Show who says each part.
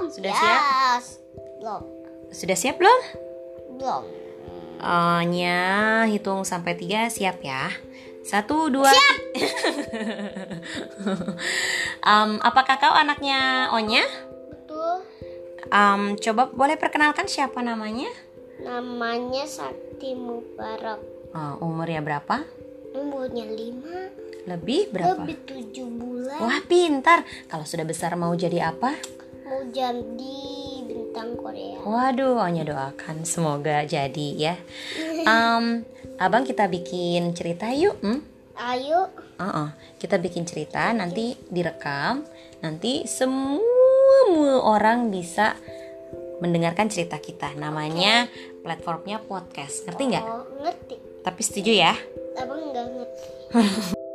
Speaker 1: Sudah siap?
Speaker 2: Belum.
Speaker 1: Sudah siap belum?
Speaker 2: Belum.
Speaker 1: Nya hitung sampai 3, siap ya? 1, 2.
Speaker 2: Siap.
Speaker 1: Apakah kau anaknya Onya?
Speaker 2: Betul.
Speaker 1: Coba boleh perkenalkan siapa namanya?
Speaker 2: Namanya Sakti Mubarak.
Speaker 1: Umurnya berapa?
Speaker 2: Umurnya 5.
Speaker 1: Lebih berapa?
Speaker 2: Lebih 7 bulan.
Speaker 1: Wah, pintar. Kalau sudah besar mau jadi apa?
Speaker 2: Mau jadi bintang Korea.
Speaker 1: Waduh, Onya doakan semoga jadi ya. Abang kita bikin cerita yuk.
Speaker 2: Ayo.
Speaker 1: Kita bikin cerita, nanti direkam, nanti semua orang bisa mendengarkan cerita kita. Namanya platformnya podcast. Ngerti nggak?
Speaker 2: Ngerti.
Speaker 1: Tapi setuju ya?
Speaker 2: Abang nggak ngerti.